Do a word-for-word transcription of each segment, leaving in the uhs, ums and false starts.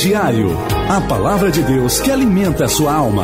Diário, a palavra de Deus que alimenta a sua alma.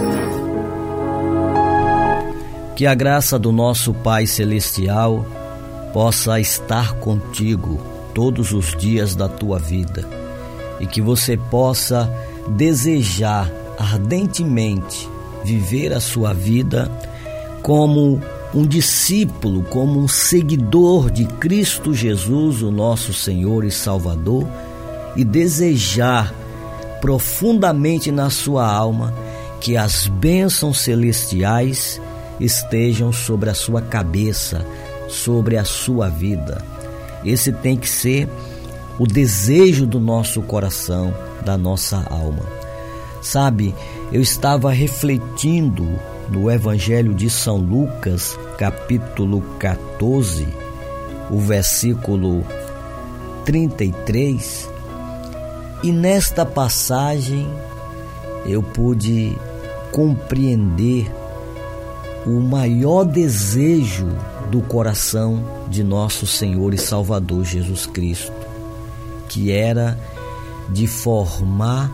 Que a graça do nosso Pai Celestial possa estar contigo todos os dias da tua vida e que você possa desejar ardentemente viver a sua vida como um discípulo, como um seguidor de Cristo Jesus, o nosso Senhor e Salvador, e desejar profundamente na sua alma que as bênçãos celestiais estejam sobre a sua cabeça, sobre a sua vida. Esse tem que ser o desejo do nosso coração, da nossa alma. Sabe, eu estava refletindo no Evangelho de São Lucas, capítulo quatorze, o versículo trinta e três, e nesta passagem eu pude compreender o maior desejo do coração de nosso Senhor e Salvador Jesus Cristo, que era de formar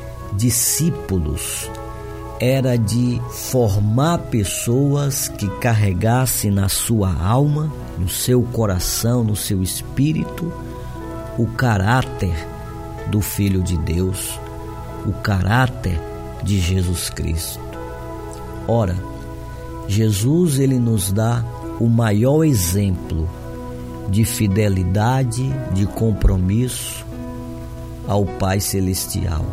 discípulos, era de formar pessoas que carregassem na sua alma, no seu coração, no seu espírito, o caráter do Filho de Deus, o caráter de Jesus Cristo. Ora, Jesus, ele nos dá o maior exemplo de fidelidade, de compromisso ao Pai Celestial.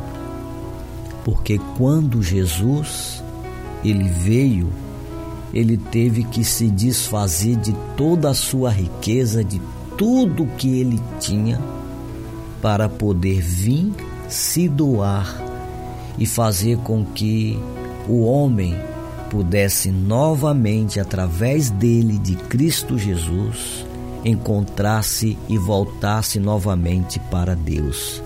Porque quando Jesus, ele veio, ele teve que se desfazer de toda a sua riqueza, de tudo que ele tinha, para poder vir se doar e fazer com que o homem pudesse novamente, através dele, de Cristo Jesus, encontrar-se e voltar-se novamente para Deus.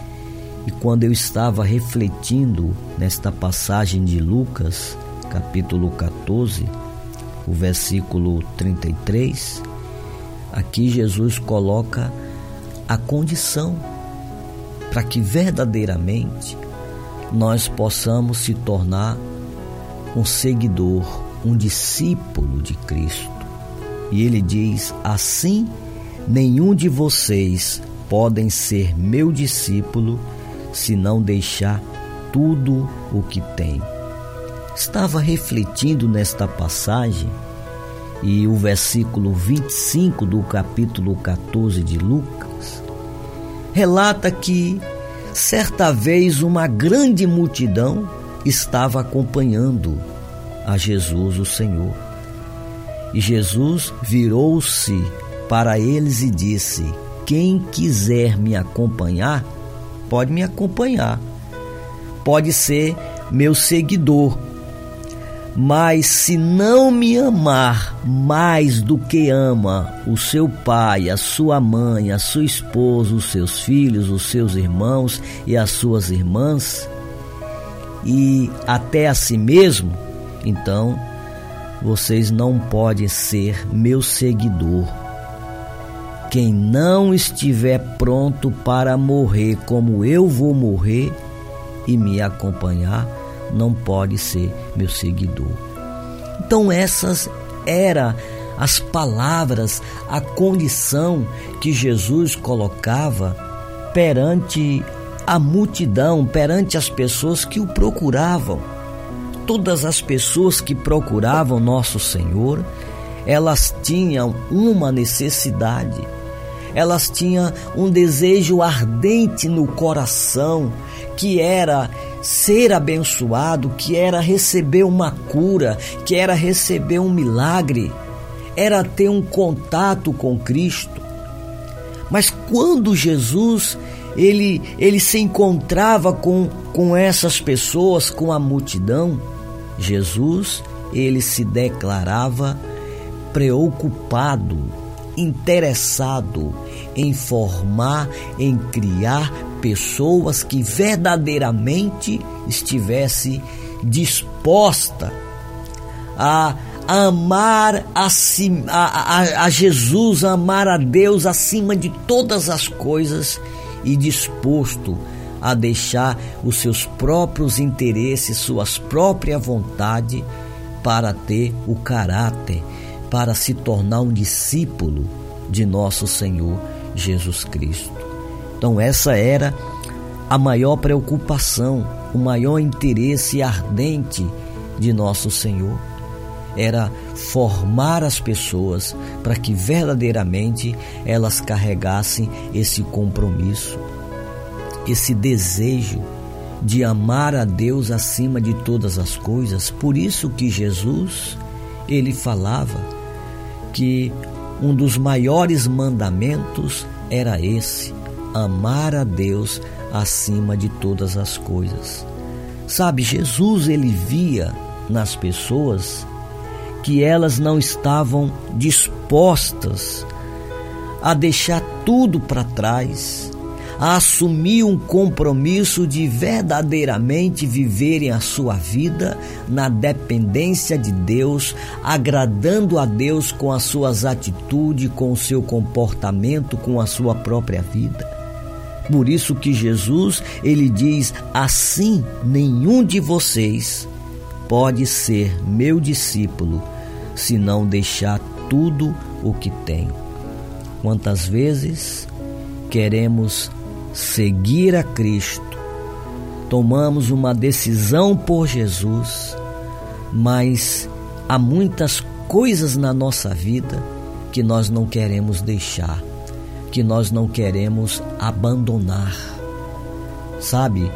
E quando eu estava refletindo nesta passagem de Lucas, capítulo quatorze, o versículo trinta e três, aqui Jesus coloca a condição para que verdadeiramente nós possamos se tornar um seguidor, um discípulo de Cristo. E ele diz: assim, nenhum de vocês podem ser meu discípulo se não deixar tudo o que tem. Estava refletindo nesta passagem e o versículo vinte e cinco do capítulo quatorze de Lucas relata que certa vez uma grande multidão estava acompanhando a Jesus, o Senhor. E Jesus virou-se para eles e disse: quem quiser me acompanhar, pode me acompanhar, pode ser meu seguidor, mas se não me amar mais do que ama o seu pai, a sua mãe, a sua esposa, os seus filhos, os seus irmãos e as suas irmãs, e até a si mesmo, então vocês não podem ser meu seguidor. Quem não estiver pronto para morrer como eu vou morrer e me acompanhar, não pode ser meu seguidor. Então essas eram as palavras, a condição que Jesus colocava perante a multidão, perante as pessoas que o procuravam. Todas as pessoas que procuravam nosso Senhor, elas tinham uma necessidade. Elas tinham um desejo ardente no coração, que era ser abençoado, que era receber uma cura, que era receber um milagre, era ter um contato com Cristo. Mas quando Jesus ele, ele se encontrava com, com essas pessoas, com a multidão, Jesus ele se declarava preocupado, interessado em formar, em criar pessoas que verdadeiramente estivesse disposta a amar a, a, a Jesus, a amar a Deus acima de todas as coisas e disposto a deixar os seus próprios interesses, suas próprias vontades, para ter o caráter, para se tornar um discípulo de nosso Senhor Jesus Cristo. Então essa era a maior preocupação, o maior interesse ardente de nosso Senhor. Era formar as pessoas para que verdadeiramente elas carregassem esse compromisso, esse desejo de amar a Deus acima de todas as coisas. Por isso que Jesus, ele falava que um dos maiores mandamentos era esse: amar a Deus acima de todas as coisas. Sabe, Jesus, ele via nas pessoas que elas não estavam dispostas a deixar tudo para trás, a assumir um compromisso de verdadeiramente viverem a sua vida na dependência de Deus, agradando a Deus com as suas atitudes, com o seu comportamento, com a sua própria vida. Por isso que Jesus, ele diz: assim nenhum de vocês pode ser meu discípulo se não deixar tudo o que tem. Quantas vezes queremos seguir a Cristo, tomamos uma decisão por Jesus, mas há muitas coisas na nossa vida que nós não queremos deixar, que nós não queremos abandonar. Sabe,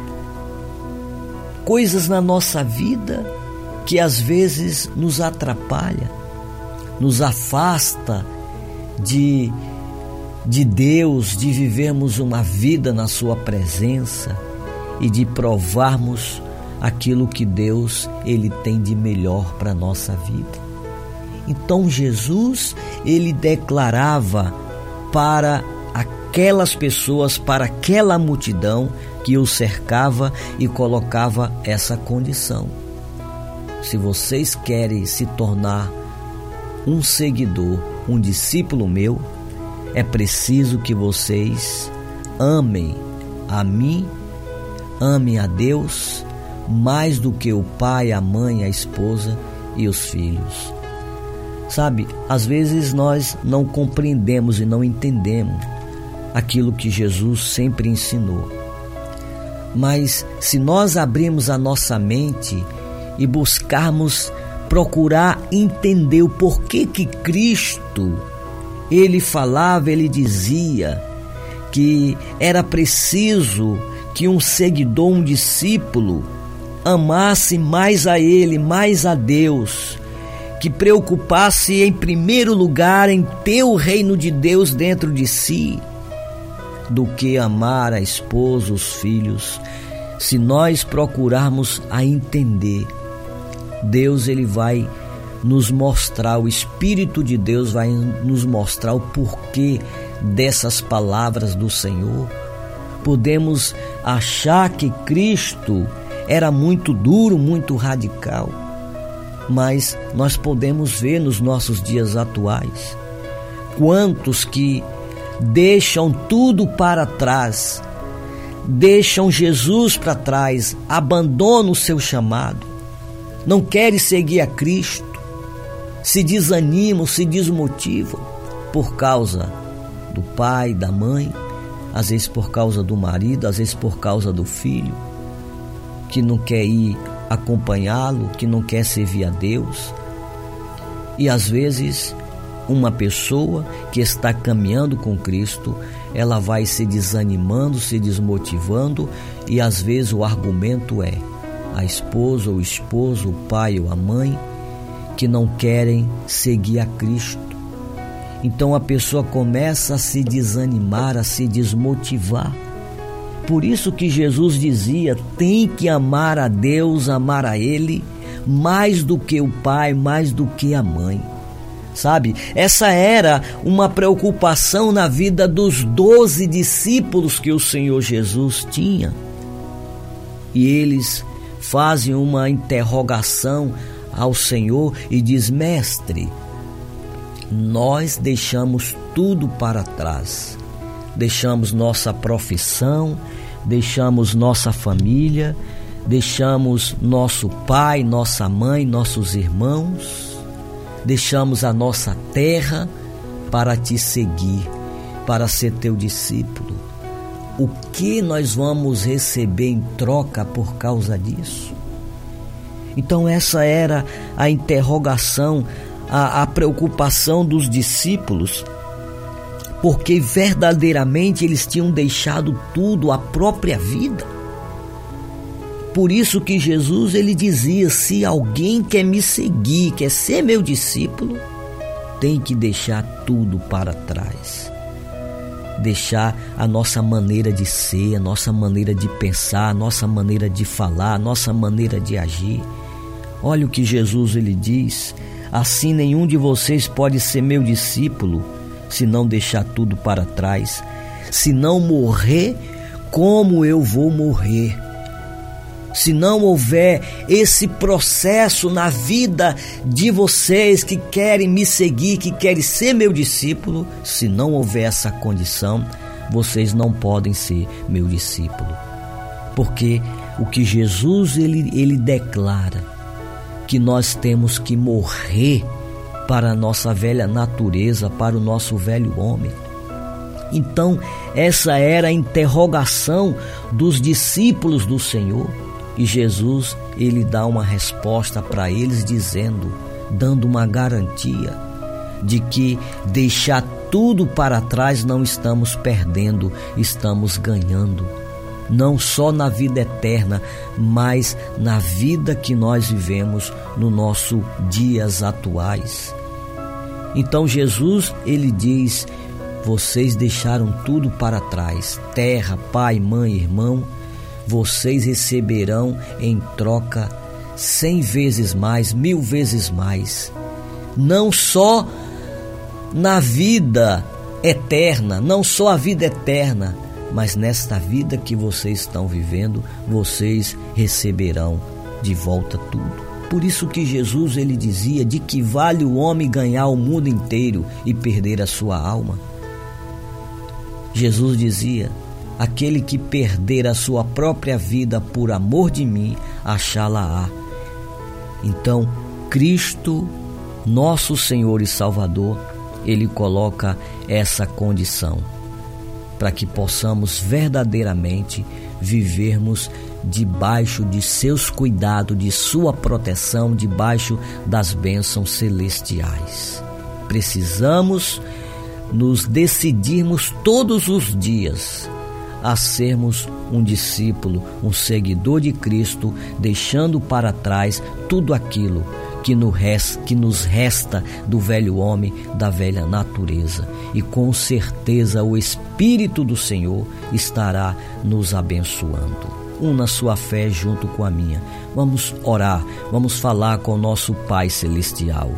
coisas na nossa vida que às vezes nos atrapalha, nos afasta de, de Deus, de vivermos uma vida na sua presença e de provarmos aquilo que Deus, ele tem de melhor para a nossa vida. Então Jesus, ele declarava para aquelas pessoas, para aquela multidão que o cercava e colocava essa condição: se vocês querem se tornar um seguidor, um discípulo meu, é preciso que vocês amem a mim, amem a Deus mais do que o pai, a mãe, a esposa e os filhos. Sabe, às vezes nós não compreendemos e não entendemos aquilo que Jesus sempre ensinou. Mas se nós abrirmos a nossa mente e buscarmos procurar entender o porquê que Cristo, ele falava, ele dizia que era preciso que um seguidor, um discípulo, amasse mais a ele, mais a Deus, que preocupasse em primeiro lugar em ter o reino de Deus dentro de si, do que amar a esposa, os filhos. Se nós procurarmos a entender, Deus, ele vai nos mostrar, o Espírito de Deus vai nos mostrar o porquê dessas palavras do Senhor. Podemos achar que Cristo era muito duro, muito radical, mas nós podemos ver nos nossos dias atuais quantos que deixam tudo para trás, deixam Jesus para trás, abandonam o seu chamado, não querem seguir a Cristo, se desanimam, se desmotivam por causa do pai, da mãe, às vezes por causa do marido, às vezes por causa do filho, que não quer ir acompanhá-lo, que não quer servir a Deus. E às vezes uma pessoa que está caminhando com Cristo, ela vai se desanimando, se desmotivando, e às vezes o argumento é a esposa ou o esposo, o pai ou a mãe, que não querem seguir a Cristo. Então a pessoa começa a se desanimar, a se desmotivar. Por isso que Jesus dizia: tem que amar a Deus, amar a Ele, mais do que o pai, mais do que a mãe. Sabe, essa era uma preocupação na vida dos doze discípulos que o Senhor Jesus tinha. E eles fazem uma interrogação ao Senhor e diz: mestre, nós deixamos tudo para trás, deixamos nossa profissão, deixamos nossa família, deixamos nosso pai, nossa mãe, nossos irmãos, deixamos a nossa terra para te seguir, para ser teu discípulo. O que nós vamos receber em troca por causa disso? Então essa era a interrogação, a, a preocupação dos discípulos, porque verdadeiramente eles tinham deixado tudo, a própria vida. Por isso que Jesus ele dizia: se alguém quer me seguir, quer ser meu discípulo, tem que deixar tudo para trás. Deixar a nossa maneira de ser, a nossa maneira de pensar, a nossa maneira de falar, a nossa maneira de agir. Olha o que Jesus ele diz: assim nenhum de vocês pode ser meu discípulo se não deixar tudo para trás, se não morrer como eu vou morrer. Se não houver esse processo na vida de vocês que querem me seguir, que querem ser meu discípulo, se não houver essa condição, vocês não podem ser meu discípulo. Porque o que Jesus ele, ele declara, que nós temos que morrer para a nossa velha natureza, para o nosso velho homem. Então, essa era a interrogação dos discípulos do Senhor. E Jesus, ele dá uma resposta para eles dizendo, dando uma garantia de que deixar tudo para trás não estamos perdendo, estamos ganhando. Não só na vida eterna, mas na vida que nós vivemos no nosso dias atuais. Então Jesus, ele diz: vocês deixaram tudo para trás, terra, pai, mãe, irmão, vocês receberão em troca cem vezes mais, mil vezes mais. Não só na vida eterna, não só a vida eterna, mas nesta vida que vocês estão vivendo, vocês receberão de volta tudo. Por isso que Jesus ele dizia: de que vale o homem ganhar o mundo inteiro e perder a sua alma? Jesus dizia: aquele que perder a sua própria vida por amor de mim, achá-la-á. Então, Cristo, nosso Senhor e Salvador, ele coloca essa condição para que possamos verdadeiramente vivermos debaixo de seus cuidados, de sua proteção, debaixo das bênçãos celestiais. Precisamos nos decidirmos todos os dias a sermos um discípulo, um seguidor de Cristo, deixando para trás tudo aquilo que nos resta do velho homem, da velha natureza. E com certeza o Espírito do Senhor estará nos abençoando. Una sua fé junto com a minha. Vamos orar, vamos falar com o nosso Pai Celestial.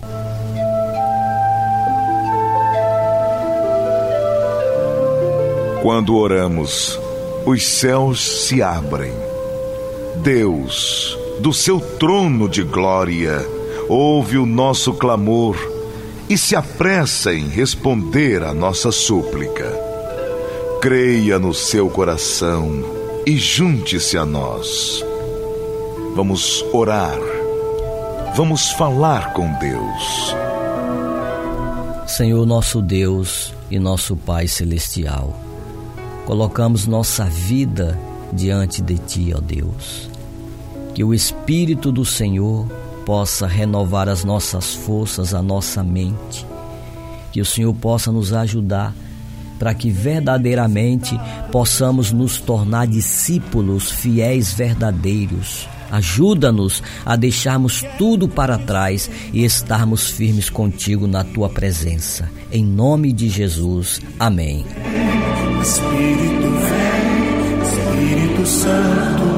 Quando oramos, os céus se abrem. Deus, do seu trono de glória, ouve o nosso clamor e se apressa em responder à nossa súplica. Creia no seu coração e junte-se a nós. Vamos orar. Vamos falar com Deus. Senhor nosso Deus e nosso Pai Celestial, colocamos nossa vida diante de Ti, ó Deus. Que o Espírito do Senhor possa renovar as nossas forças, a nossa mente. Que o Senhor possa nos ajudar para que verdadeiramente possamos nos tornar discípulos fiéis verdadeiros. Ajuda-nos a deixarmos tudo para trás e estarmos firmes contigo na Tua presença. Em nome de Jesus. Amém. Espírito vem, Espírito Santo.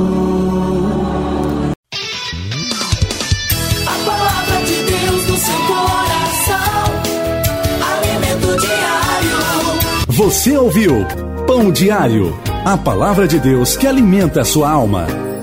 A palavra de Deus no seu coração, alimento diário. Você ouviu Pão Diário, a palavra de Deus que alimenta a sua alma.